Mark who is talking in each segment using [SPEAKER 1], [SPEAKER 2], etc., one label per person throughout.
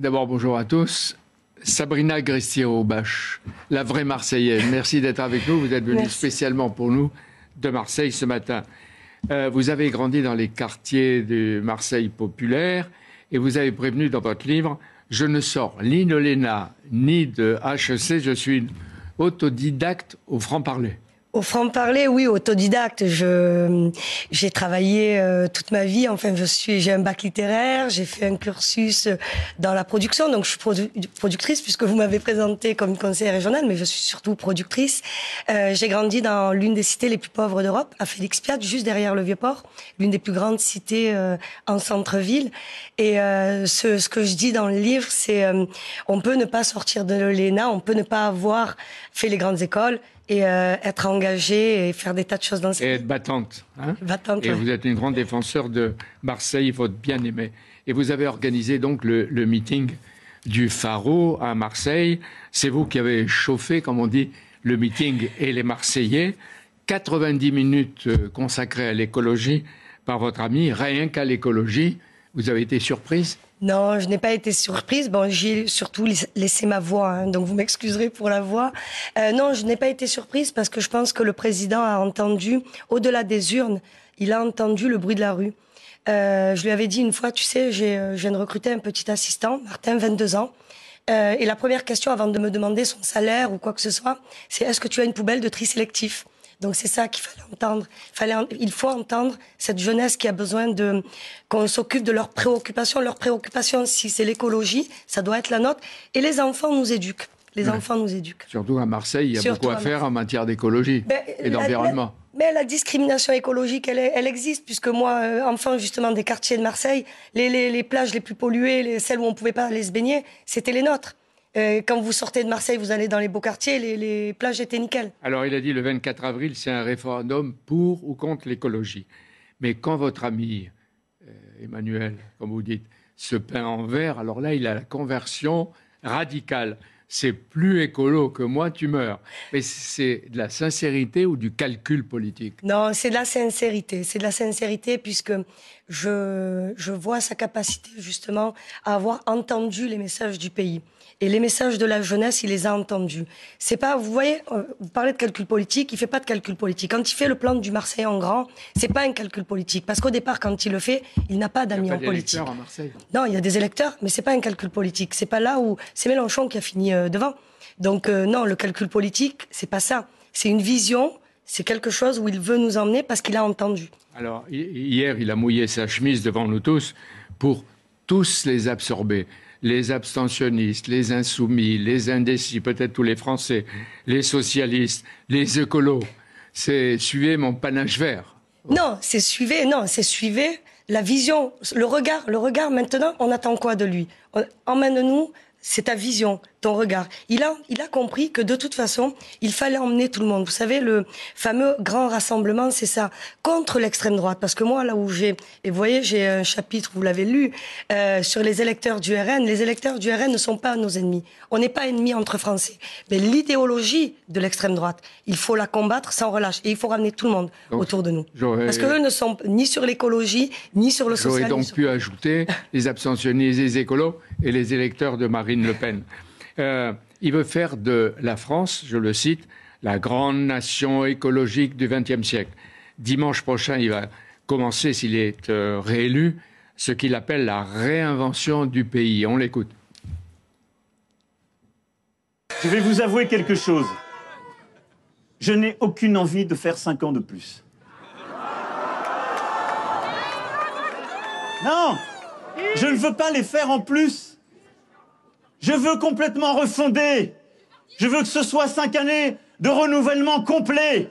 [SPEAKER 1] D'abord, bonjour à tous. Sabrina Grestier-Aubache, la vraie Marseillaise. Merci d'être avec nous. Vous êtes venue spécialement pour nous de Marseille ce matin. Vous avez grandi dans les quartiers de Marseille populaire et vous avez prévenu dans votre livre « Je ne sors ni de l'ENA ni de HEC, je suis autodidacte au franc-parler ».
[SPEAKER 2] Au franc-parler, oui, autodidacte. J'ai travaillé toute ma vie. Enfin, j'ai un bac littéraire. J'ai fait un cursus dans la production. Donc, je suis productrice puisque vous m'avez présentée comme une conseillère régionale, mais je suis surtout productrice. J'ai grandi dans l'une des cités les plus pauvres d'Europe, à Félix-Piat, juste derrière le Vieux-Port, l'une des plus grandes cités en centre-ville. Et ce que je dis dans le livre, c'est on peut ne pas sortir de l'ENA, on peut ne pas avoir fait les grandes écoles et être engagée et faire des tas de choses dans ce
[SPEAKER 1] Et être battante. Hein,
[SPEAKER 2] battante,
[SPEAKER 1] et vous êtes une grande défenseur de Marseille, votre bien-aimé. Et vous avez organisé donc le meeting du Pharo à Marseille. C'est vous qui avez chauffé, comme on dit, le meeting et les Marseillais. 90 minutes consacrées à l'écologie par votre ami, rien qu'à l'écologie. Vous avez été surprise ?
[SPEAKER 2] Non, je n'ai pas été surprise. Bon, j'ai surtout laissé ma voix, hein, donc vous m'excuserez pour la voix. Non, je n'ai pas été surprise parce que je pense que le président a entendu, au-delà des urnes, il a entendu le bruit de la rue. Je lui avais dit une fois, tu sais, je viens de recruter un petit assistant, Martin, 22 ans. Et la première question, avant de me demander son salaire ou quoi que ce soit, c'est est-ce que tu as une poubelle de tri sélectif ? Donc c'est ça qu'il fallait entendre. Il faut entendre cette jeunesse qui a besoin qu'on s'occupe de leurs préoccupations. Leurs préoccupations, si c'est l'écologie, ça doit être la nôtre. Et les enfants nous éduquent. Les enfants nous éduquent.
[SPEAKER 1] Surtout à Marseille, il y a beaucoup à faire en matière d'écologie et d'environnement.
[SPEAKER 2] Mais la discrimination écologique, elle existe, puisque moi, enfant justement des quartiers de Marseille, les plages les plus polluées, celles où on ne pouvait pas aller se baigner, c'était les nôtres. Quand vous sortez de Marseille, vous allez dans les beaux quartiers, les plages étaient nickel.
[SPEAKER 1] Alors, il a dit le 24 avril, c'est un référendum pour ou contre l'écologie. Mais quand votre ami, Emmanuel, comme vous dites, se peint en vert, alors là, il a la conversion radicale. C'est plus écolo que moi, tu meurs. Mais c'est de la sincérité ou du calcul politique ?
[SPEAKER 2] Non, c'est de la sincérité. C'est de la sincérité puisque je vois sa capacité justement à avoir entendu les messages du pays. Et les messages de la jeunesse, il les a entendus. C'est pas, vous voyez, vous parlez de calcul politique, il fait pas de calcul politique. Quand il fait le plan du Marseillais en grand, c'est pas un calcul politique. Parce qu'au départ, quand il le fait, il n'a pas d'amis en politique.
[SPEAKER 1] Il y a pas d'électeurs à Marseille.
[SPEAKER 2] Non, il y a des électeurs, mais c'est pas un calcul politique. C'est pas là où c'est Mélenchon qui a fini devant. Donc non, le calcul politique, c'est pas ça. C'est une vision, c'est quelque chose où il veut nous emmener parce qu'il a entendu.
[SPEAKER 1] Alors, hier, il a mouillé sa chemise devant nous tous pour tous les absorber. Les abstentionnistes, les insoumis, les indécis, peut-être tous les Français, les socialistes, les écolos. C'est suivez mon panache vert.
[SPEAKER 2] Non, c'est suivez la vision, le regard maintenant, on attend quoi de lui ? Emmène-nous, c'est ta vision, ton regard. Il a compris que de toute façon, il fallait emmener tout le monde. Vous savez, le fameux grand rassemblement, c'est ça, contre l'extrême droite. Parce que moi, là où et vous voyez, j'ai un chapitre, vous l'avez lu, sur les électeurs du RN. Les électeurs du RN ne sont pas nos ennemis. On n'est pas ennemis entre Français. Mais l'idéologie de l'extrême droite, il faut la combattre sans relâche. Et il faut ramener tout le monde autour de nous. Parce qu'eux ne sont ni sur l'écologie, ni sur le socialisme.
[SPEAKER 1] J'aurais donc pu ajouter les abstentionnistes, les écolos et les électeurs de Marine Le Pen. Il veut faire de la France, je le cite, la grande nation écologique du XXe siècle. Dimanche prochain, il va commencer, s'il est réélu, ce qu'il appelle la réinvention du pays. On l'écoute.
[SPEAKER 3] Je vais vous avouer quelque chose. Je n'ai aucune envie de faire 5 ans de plus. Non, je ne veux pas les faire en plus. Je veux complètement refonder. Je veux que ce soit 5 années de renouvellement complet.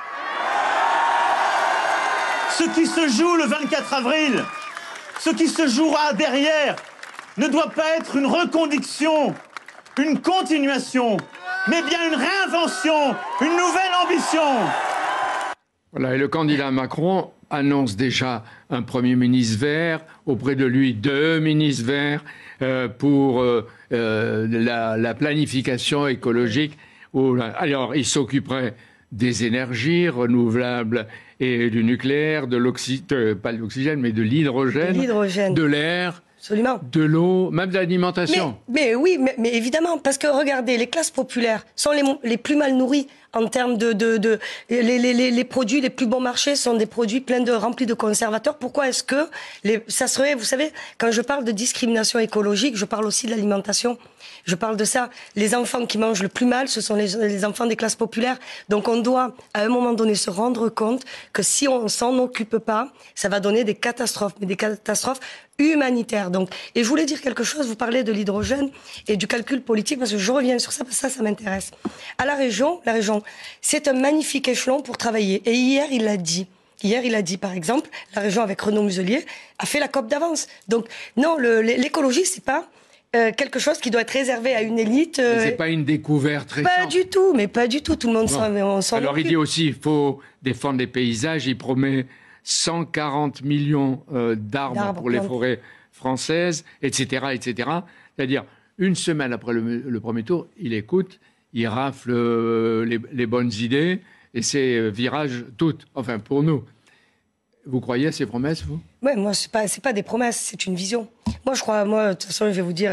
[SPEAKER 3] Ce qui se joue le 24 avril, ce qui se jouera derrière, ne doit pas être une reconduction, une continuation, mais bien une réinvention, une nouvelle ambition.
[SPEAKER 1] Voilà, et le candidat Macron annonce déjà un Premier ministre vert, auprès de lui 2 ministres verts pour la planification écologique. Alors, il s'occuperait des énergies renouvelables et du nucléaire, pas de l'oxygène, mais de l'hydrogène, de l'air
[SPEAKER 2] Absolument.
[SPEAKER 1] De l'eau, même de l'alimentation.
[SPEAKER 2] Mais oui, mais évidemment, parce que regardez, les classes populaires sont les plus mal nourries en termes les produits les plus bons marchés sont des produits remplis de conservateurs. Pourquoi est-ce que ça serait, vous savez, quand je parle de discrimination écologique, je parle aussi de l'alimentation. Je parle de ça. Les enfants qui mangent le plus mal, ce sont les enfants des classes populaires. Donc on doit, à un moment donné, se rendre compte que si on s'en occupe pas, ça va donner des catastrophes, mais des catastrophes humanitaires. Donc, et je voulais dire quelque chose, vous parlez de l'hydrogène et du calcul politique, parce que je reviens sur ça, parce que ça m'intéresse. À la région, c'est un magnifique échelon pour travailler. Et hier, il l'a dit. Hier, il a dit, par exemple, la région avec Renaud Muselier a fait la COP d'avance. Donc, non, l'écologie, c'est pas quelque chose qui doit être réservé à une élite.
[SPEAKER 1] C'est pas une découverte récente.
[SPEAKER 2] Pas du tout, mais pas du tout. Tout le monde s'en
[SPEAKER 1] Alors,
[SPEAKER 2] occupe.
[SPEAKER 1] il dit aussi, il faut défendre les paysages. Il promet 140 millions d'arbres pour les forêts françaises, etc., etc. C'est-à-dire, une semaine après le premier tour, il écoute, il rafle les bonnes idées et ses virages toutes, enfin pour nous. Vous croyez à ces promesses, vous?
[SPEAKER 2] Oui, moi, c'est pas des promesses, c'est une vision. Moi, je crois, de toute façon, je vais vous dire,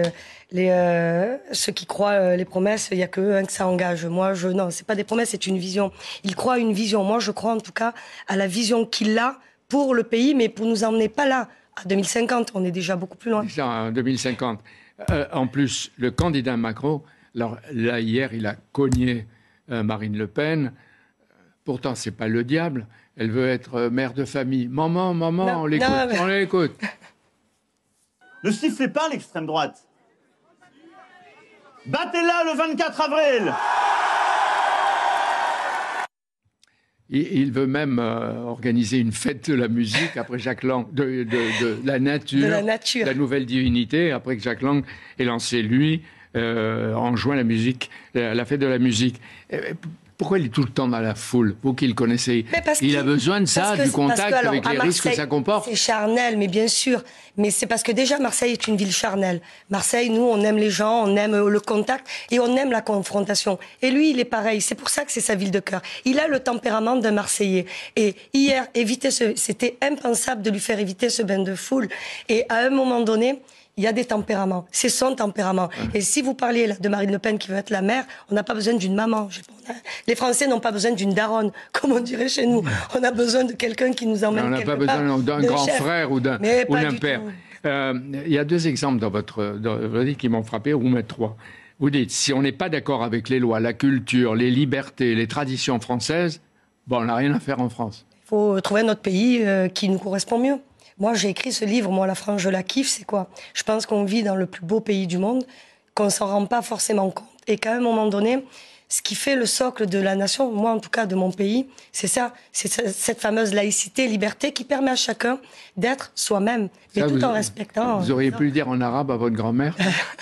[SPEAKER 2] ceux qui croient les promesses, il n'y a que ça engage. Moi, non, c'est pas des promesses, c'est une vision. Il croit à une vision. Moi, je crois en tout cas à la vision qu'il a pour le pays, mais pour nous emmener pas là, à 2050. On est déjà beaucoup plus loin.
[SPEAKER 1] Déjà, en 2050. En plus, le candidat Macron, alors là, hier, il a cogné Marine Le Pen. Pourtant, c'est pas le diable. Elle veut être mère de famille. Maman, non, on l'écoute, on l'écoute.
[SPEAKER 3] Ne sifflez pas l'extrême droite. Battez-la le 24 avril.
[SPEAKER 1] Il veut même organiser une fête de la musique après Jacques Lang, de la nature,
[SPEAKER 2] de la nature,
[SPEAKER 1] la nouvelle divinité, après que Jacques Lang ait lancé, lui, en juin, la fête de la musique. Pourquoi il est tout le temps dans la foule, vous qui le connaissez? Il a besoin de ça, du contact avec les risques que ça comporte.
[SPEAKER 2] C'est charnel, mais bien sûr. Mais c'est parce que déjà, Marseille est une ville charnelle. Marseille, nous, on aime les gens, on aime le contact et on aime la confrontation. Et lui, il est pareil. C'est pour ça que c'est sa ville de cœur. Il a le tempérament d'un Marseillais. Et hier, c'était impensable de lui faire éviter ce bain de foule. Et à un moment donné, il y a des tempéraments. C'est son tempérament. Et si vous parliez là, de Marine Le Pen qui veut être la mère, on n'a pas besoin d'une maman. Les Français n'ont pas besoin d'une daronne, comme on dirait chez nous. On a besoin de quelqu'un qui nous emmène quelque part.
[SPEAKER 1] On n'a pas besoin d'un grand frère ou d'un père. Il y a deux exemples dans votre livre qui m'ont frappé, ou même trois. Vous dites, si on n'est pas d'accord avec les lois, la culture, les libertés, les traditions françaises, bon, on n'a rien à faire en France.
[SPEAKER 2] Il faut trouver notre pays qui nous correspond mieux. Moi, j'ai écrit ce livre, moi, la France, je la kiffe, c'est quoi? Je pense qu'on vit dans le plus beau pays du monde, qu'on s'en rend pas forcément compte. Et qu'à un moment donné, ce qui fait le socle de la nation, moi, en tout cas, de mon pays, c'est ça, c'est cette fameuse laïcité, liberté qui permet à chacun d'être soi-même, mais tout en respectant...
[SPEAKER 1] Vous auriez pu le dire en arabe à votre grand-mère?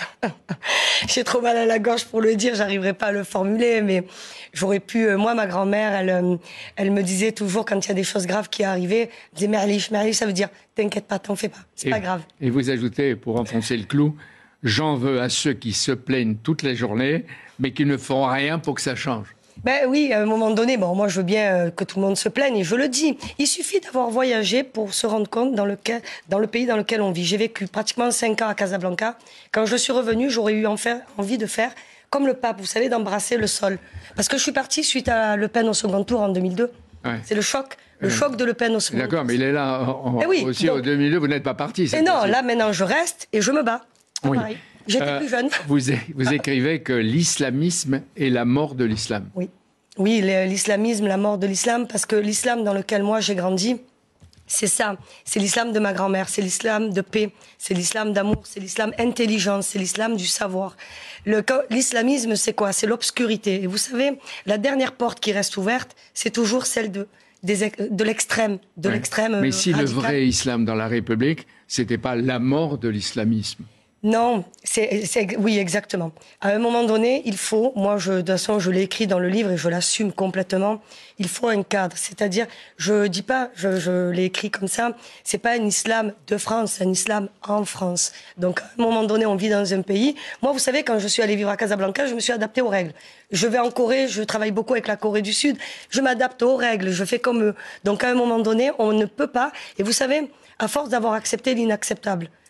[SPEAKER 2] J'ai trop mal à la gorge pour le dire, j'arriverai pas à le formuler, mais j'aurais pu... Moi, ma grand-mère, elle me disait toujours, quand il y a des choses graves qui arrivaient, elle me disait « Merlich, ça veut dire « T'inquiète pas, t'en fais pas, c'est pas grave ».
[SPEAKER 1] Et vous ajoutez, pour enfoncer le clou, « J'en veux à ceux qui se plaignent toute la journée, mais qui ne font rien pour que ça change ».
[SPEAKER 2] Ben oui, à un moment donné, bon, moi je veux bien que tout le monde se plaigne, et je le dis. Il suffit d'avoir voyagé pour se rendre compte dans le pays dans lequel on vit. J'ai vécu pratiquement 5 ans à Casablanca. Quand je suis revenue, j'aurais eu envie de faire comme le pape, vous savez, d'embrasser le sol. Parce que je suis partie suite à Le Pen au second tour en 2002. Ouais. C'est le choc de Le Pen au second tour.
[SPEAKER 1] D'accord, mais il est là aussi en 2002, vous n'êtes pas parti.
[SPEAKER 2] Et non, là maintenant je reste et je me bats. Oui. J'étais plus jeune.
[SPEAKER 1] Vous écrivez que l'islamisme est la mort de l'islam.
[SPEAKER 2] Oui, l'islamisme, la mort de l'islam, parce que l'islam dans lequel moi j'ai grandi, c'est ça. C'est l'islam de ma grand-mère, c'est l'islam de paix, c'est l'islam d'amour, c'est l'islam intelligence, c'est l'islam du savoir. L'islamisme, c'est quoi? C'est l'obscurité. Et vous savez, la dernière porte qui reste ouverte, c'est toujours celle de l'extrême, l'extrême.
[SPEAKER 1] Mais si
[SPEAKER 2] radical.
[SPEAKER 1] Le vrai islam dans la République, c'était pas la mort de l'islamisme.
[SPEAKER 2] Non, oui, exactement. À un moment donné, il faut, moi, de toute façon, je l'ai écrit dans le livre et je l'assume complètement, il faut un cadre. C'est-à-dire, je dis pas, je l'ai écrit comme ça, c'est pas un islam de France, c'est un islam en France. Donc, à un moment donné, on vit dans un pays. Moi, vous savez, quand je suis allée vivre à Casablanca, je me suis adaptée aux règles. Je vais en Corée, je travaille beaucoup avec la Corée du Sud, je m'adapte aux règles, je fais comme eux. Donc, à un moment donné, on ne peut pas, et vous savez, à force d'avoir accepté l'inacceptable,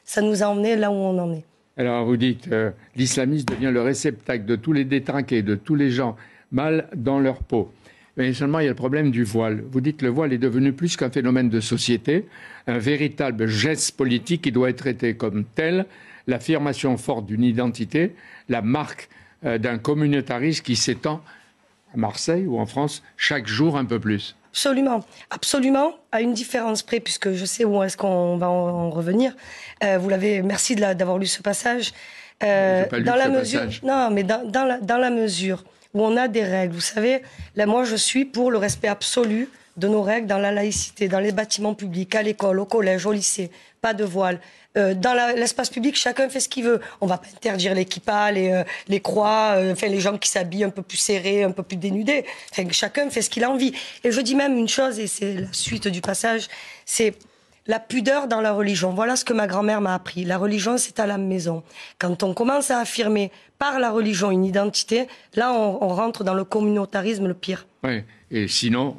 [SPEAKER 2] ça nous a emmenés là où on en est.
[SPEAKER 1] Alors vous dites, l'islamisme devient le réceptacle de tous les détraqués, de tous les gens mal dans leur peau. Mais seulement, il y a le problème du voile. Vous dites que le voile est devenu plus qu'un phénomène de société, un véritable geste politique qui doit être traité comme tel, l'affirmation forte d'une identité, la marque d'un communautarisme qui s'étend à Marseille ou en France chaque jour un peu plus.
[SPEAKER 2] Absolument, absolument, à une différence près, puisque je sais où est-ce qu'on va en revenir. Merci d'avoir lu ce passage.
[SPEAKER 1] J'ai pas lu
[SPEAKER 2] dans la
[SPEAKER 1] ce
[SPEAKER 2] mesure,
[SPEAKER 1] passage.
[SPEAKER 2] non, mais dans la mesure où on a des règles, vous savez, là, moi, je suis pour le respect absolu de nos règles dans la laïcité, dans les bâtiments publics, à l'école, au collège, au lycée, pas de voile. Dans l'espace public, chacun fait ce qu'il veut. On va pas interdire les kippas, les croix, les gens qui s'habillent un peu plus serrés, un peu plus dénudés. Enfin, chacun fait ce qu'il a envie. Et je dis même une chose, et c'est la suite du passage, c'est la pudeur dans la religion. Voilà ce que ma grand-mère m'a appris. La religion, c'est à la maison. Quand on commence à affirmer par la religion une identité, là, on rentre dans le communautarisme le pire.
[SPEAKER 1] Oui, et sinon,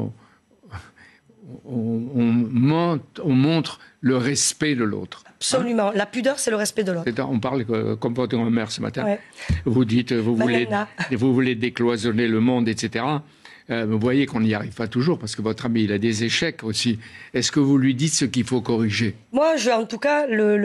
[SPEAKER 1] on montre le respect de l'autre.
[SPEAKER 2] Absolument. Hein? La pudeur, c'est le respect de l'autre.
[SPEAKER 1] On parle comme votre grand-mère ce matin.
[SPEAKER 2] Ouais.
[SPEAKER 1] Vous dites, vous voulez décloisonner le monde, etc. Vous voyez qu'on n'y arrive pas toujours parce que votre ami, il a des échecs aussi. Est-ce que vous lui dites ce qu'il faut corriger?
[SPEAKER 2] Moi, en tout cas,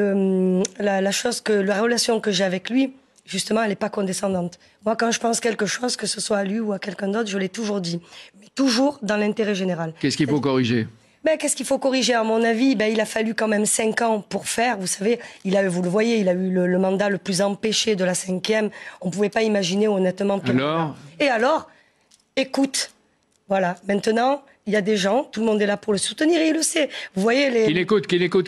[SPEAKER 2] la relation que j'ai avec lui, justement, elle n'est pas condescendante. Moi, quand je pense quelque chose, que ce soit à lui ou à quelqu'un d'autre, je l'ai toujours dit. Mais toujours dans l'intérêt général.
[SPEAKER 1] Qu'est-ce qu'il faut corriger?
[SPEAKER 2] Qu'est-ce qu'il faut corriger? À mon avis, il a fallu quand même 5 ans pour faire. Vous savez, vous le voyez, il a eu le mandat le plus empêché de la 5e. On ne pouvait pas imaginer honnêtement. Et alors, écoute. Voilà. Maintenant, il y a des gens, tout le monde est là pour le soutenir et il le sait. Vous voyez
[SPEAKER 1] Qu'il écoute.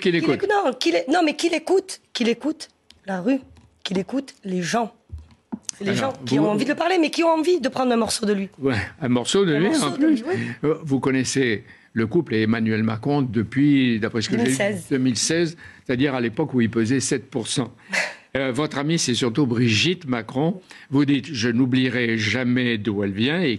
[SPEAKER 2] Non, mais qu'il écoute la rue, qu'il écoute les gens. Les gens qui ont envie de le parler, mais qui ont envie de prendre un morceau de lui.
[SPEAKER 1] Ouais, un morceau de lui, en plus. Oui. Vous connaissez le couple Emmanuel Macron depuis, d'après ce que j'ai lu, 2016, c'est-à-dire à l'époque où il pesait 7%. Votre amie, c'est surtout Brigitte Macron. Vous dites, je n'oublierai jamais d'où elle vient et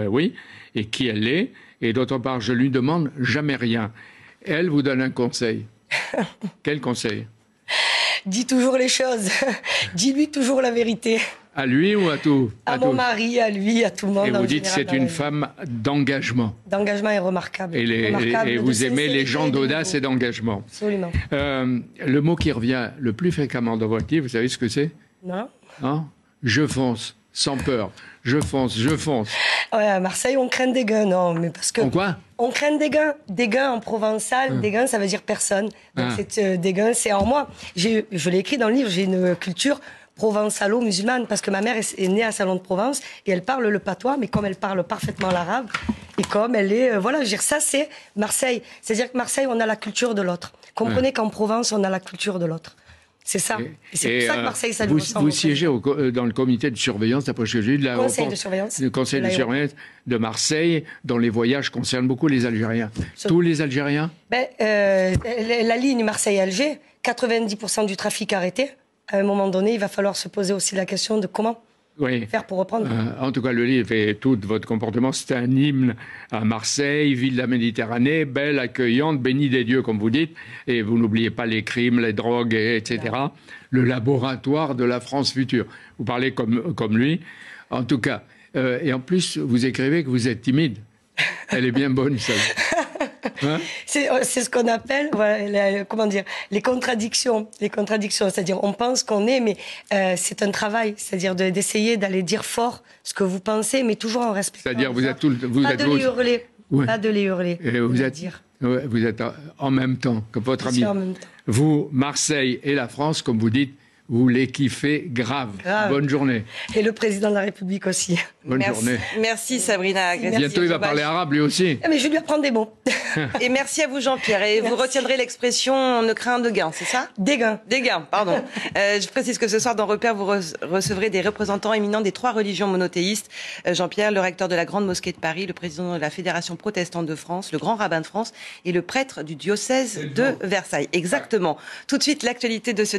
[SPEAKER 1] qui elle est. Et d'autre part, je lui demande jamais rien. Elle vous donne un conseil. Quel conseil?
[SPEAKER 2] Dis toujours les choses. Dis-lui toujours la vérité.
[SPEAKER 1] À lui ou à tout?
[SPEAKER 2] À mon mari, à lui, à tout le monde.
[SPEAKER 1] Et vous dites c'est une femme d'engagement.
[SPEAKER 2] D'engagement est remarquable.
[SPEAKER 1] Et vous aimez les gens d'audace et d'engagement.
[SPEAKER 2] Absolument.
[SPEAKER 1] Le mot qui revient le plus fréquemment dans votre livre, vous savez ce que c'est?
[SPEAKER 2] Non.
[SPEAKER 1] Hein? Je fonce, sans peur. Je fonce.
[SPEAKER 2] Ouais, à Marseille, on craint des guns, non, mais parce que...
[SPEAKER 1] Quoi?
[SPEAKER 2] On craint des guns. Des guns en provençal, des guns, ça veut dire personne. Donc des guns, c'est en moi. Je l'ai écrit dans le livre, j'ai une culture provençalo-musulmane, parce que ma mère est née à Salon de Provence, et elle parle le patois, mais comme elle parle parfaitement l'arabe, et comme elle est... ça c'est Marseille. C'est-à-dire que Marseille, on a la culture de l'autre. Comprenez qu'en Provence, on a la culture de l'autre. C'est ça. Et c'est pour ça que Marseille, ça lui ressemble.
[SPEAKER 1] Vous siégez dans le comité de surveillance, d'après ce que j'ai lu, le conseil de surveillance de Marseille, dont les voyages concernent beaucoup les Algériens. Tous les Algériens?
[SPEAKER 2] La ligne Marseille-Alger, 90% du trafic arrêté. À un moment donné, il va falloir se poser aussi la question de comment faire pour reprendre.
[SPEAKER 1] En tout cas, le livre et tout votre comportement, c'est un hymne à Marseille, ville de la Méditerranée, belle, accueillante, bénie des dieux, comme vous dites. Et vous n'oubliez pas les crimes, les drogues, etc. Là. Le laboratoire de la France future. Vous parlez comme lui. En tout cas, et en plus, vous écrivez que vous êtes timide. Elle est bien bonne, ça. Hein?
[SPEAKER 2] C'est ce qu'on appelle, les contradictions. C'est-à-dire, on pense qu'on est, mais c'est un travail. C'est-à-dire d'essayer d'aller dire fort ce que vous pensez, mais toujours en respectant.
[SPEAKER 1] C'est-à-dire, vous êtes
[SPEAKER 2] les hurler. Ouais. Pas de les hurler.
[SPEAKER 1] Et vous êtes en même temps que votre ami. Vous, Marseille et la France, comme vous dites, vous les kiffez grave. Bonne journée.
[SPEAKER 2] Et le président de la République aussi.
[SPEAKER 1] Bonne journée.
[SPEAKER 4] Merci Sabrina.
[SPEAKER 1] Bientôt, il va parler arabe lui aussi.
[SPEAKER 2] Mais je vais lui apprendre des mots.
[SPEAKER 4] Et merci à vous Jean-Pierre. Et vous retiendrez l'expression « on ne craint de gain », c'est ça?
[SPEAKER 2] Des gains.
[SPEAKER 4] Des gains, pardon. Je précise que ce soir, dans Repère, vous recevrez des représentants éminents des 3 religions monothéistes. Jean-Pierre, le recteur de la Grande Mosquée de Paris, le président de la Fédération protestante de France, le grand rabbin de France et le prêtre du diocèse de Versailles. Exactement. Tout de suite, l'actualité de ce